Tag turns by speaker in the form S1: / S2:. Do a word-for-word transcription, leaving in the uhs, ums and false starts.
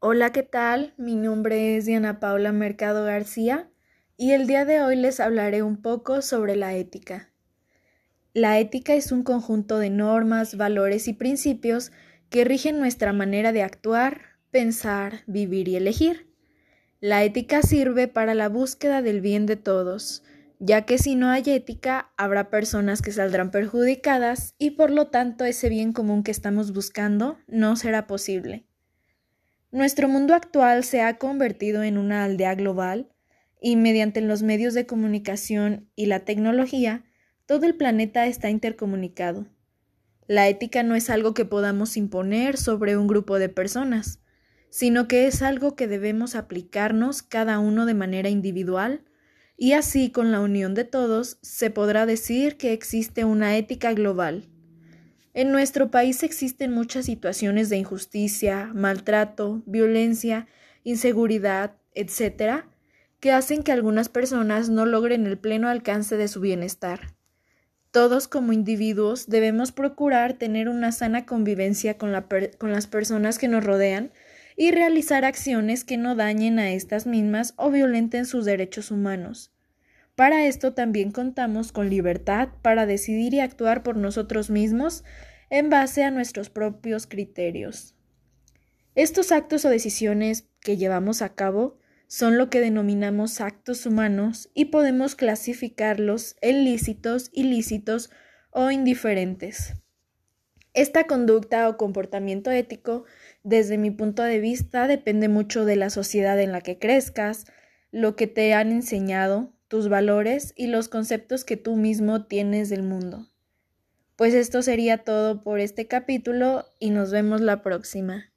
S1: Hola, ¿qué tal? Mi nombre es Diana Paula Mercado García y el día de hoy les hablaré un poco sobre la ética. La ética es un conjunto de normas, valores y principios que rigen nuestra manera de actuar, pensar, vivir y elegir. La ética sirve para la búsqueda del bien de todos, ya que si no hay ética, habrá personas que saldrán perjudicadas y por lo tanto ese bien común que estamos buscando no será posible. Nuestro mundo actual se ha convertido en una aldea global y mediante los medios de comunicación y la tecnología, todo el planeta está intercomunicado. La ética no es algo que podamos imponer sobre un grupo de personas, sino que es algo que debemos aplicarnos cada uno de manera individual, y así con la unión de todos se podrá decir que existe una ética global. En nuestro país existen muchas situaciones de injusticia, maltrato, violencia, inseguridad, etcétera, que hacen que algunas personas no logren el pleno alcance de su bienestar. Todos como individuos debemos procurar tener una sana convivencia con, la per- con las personas que nos rodean y realizar acciones que no dañen a estas mismas o violenten sus derechos humanos. Para esto también contamos con libertad para decidir y actuar por nosotros mismos en base a nuestros propios criterios. Estos actos o decisiones que llevamos a cabo son lo que denominamos actos humanos y podemos clasificarlos en lícitos, ilícitos o indiferentes. Esta conducta o comportamiento ético, desde mi punto de vista, depende mucho de la sociedad en la que crezcas, lo que te han enseñado, tus valores y los conceptos que tú mismo tienes del mundo. Pues esto sería todo por este capítulo y nos vemos la próxima.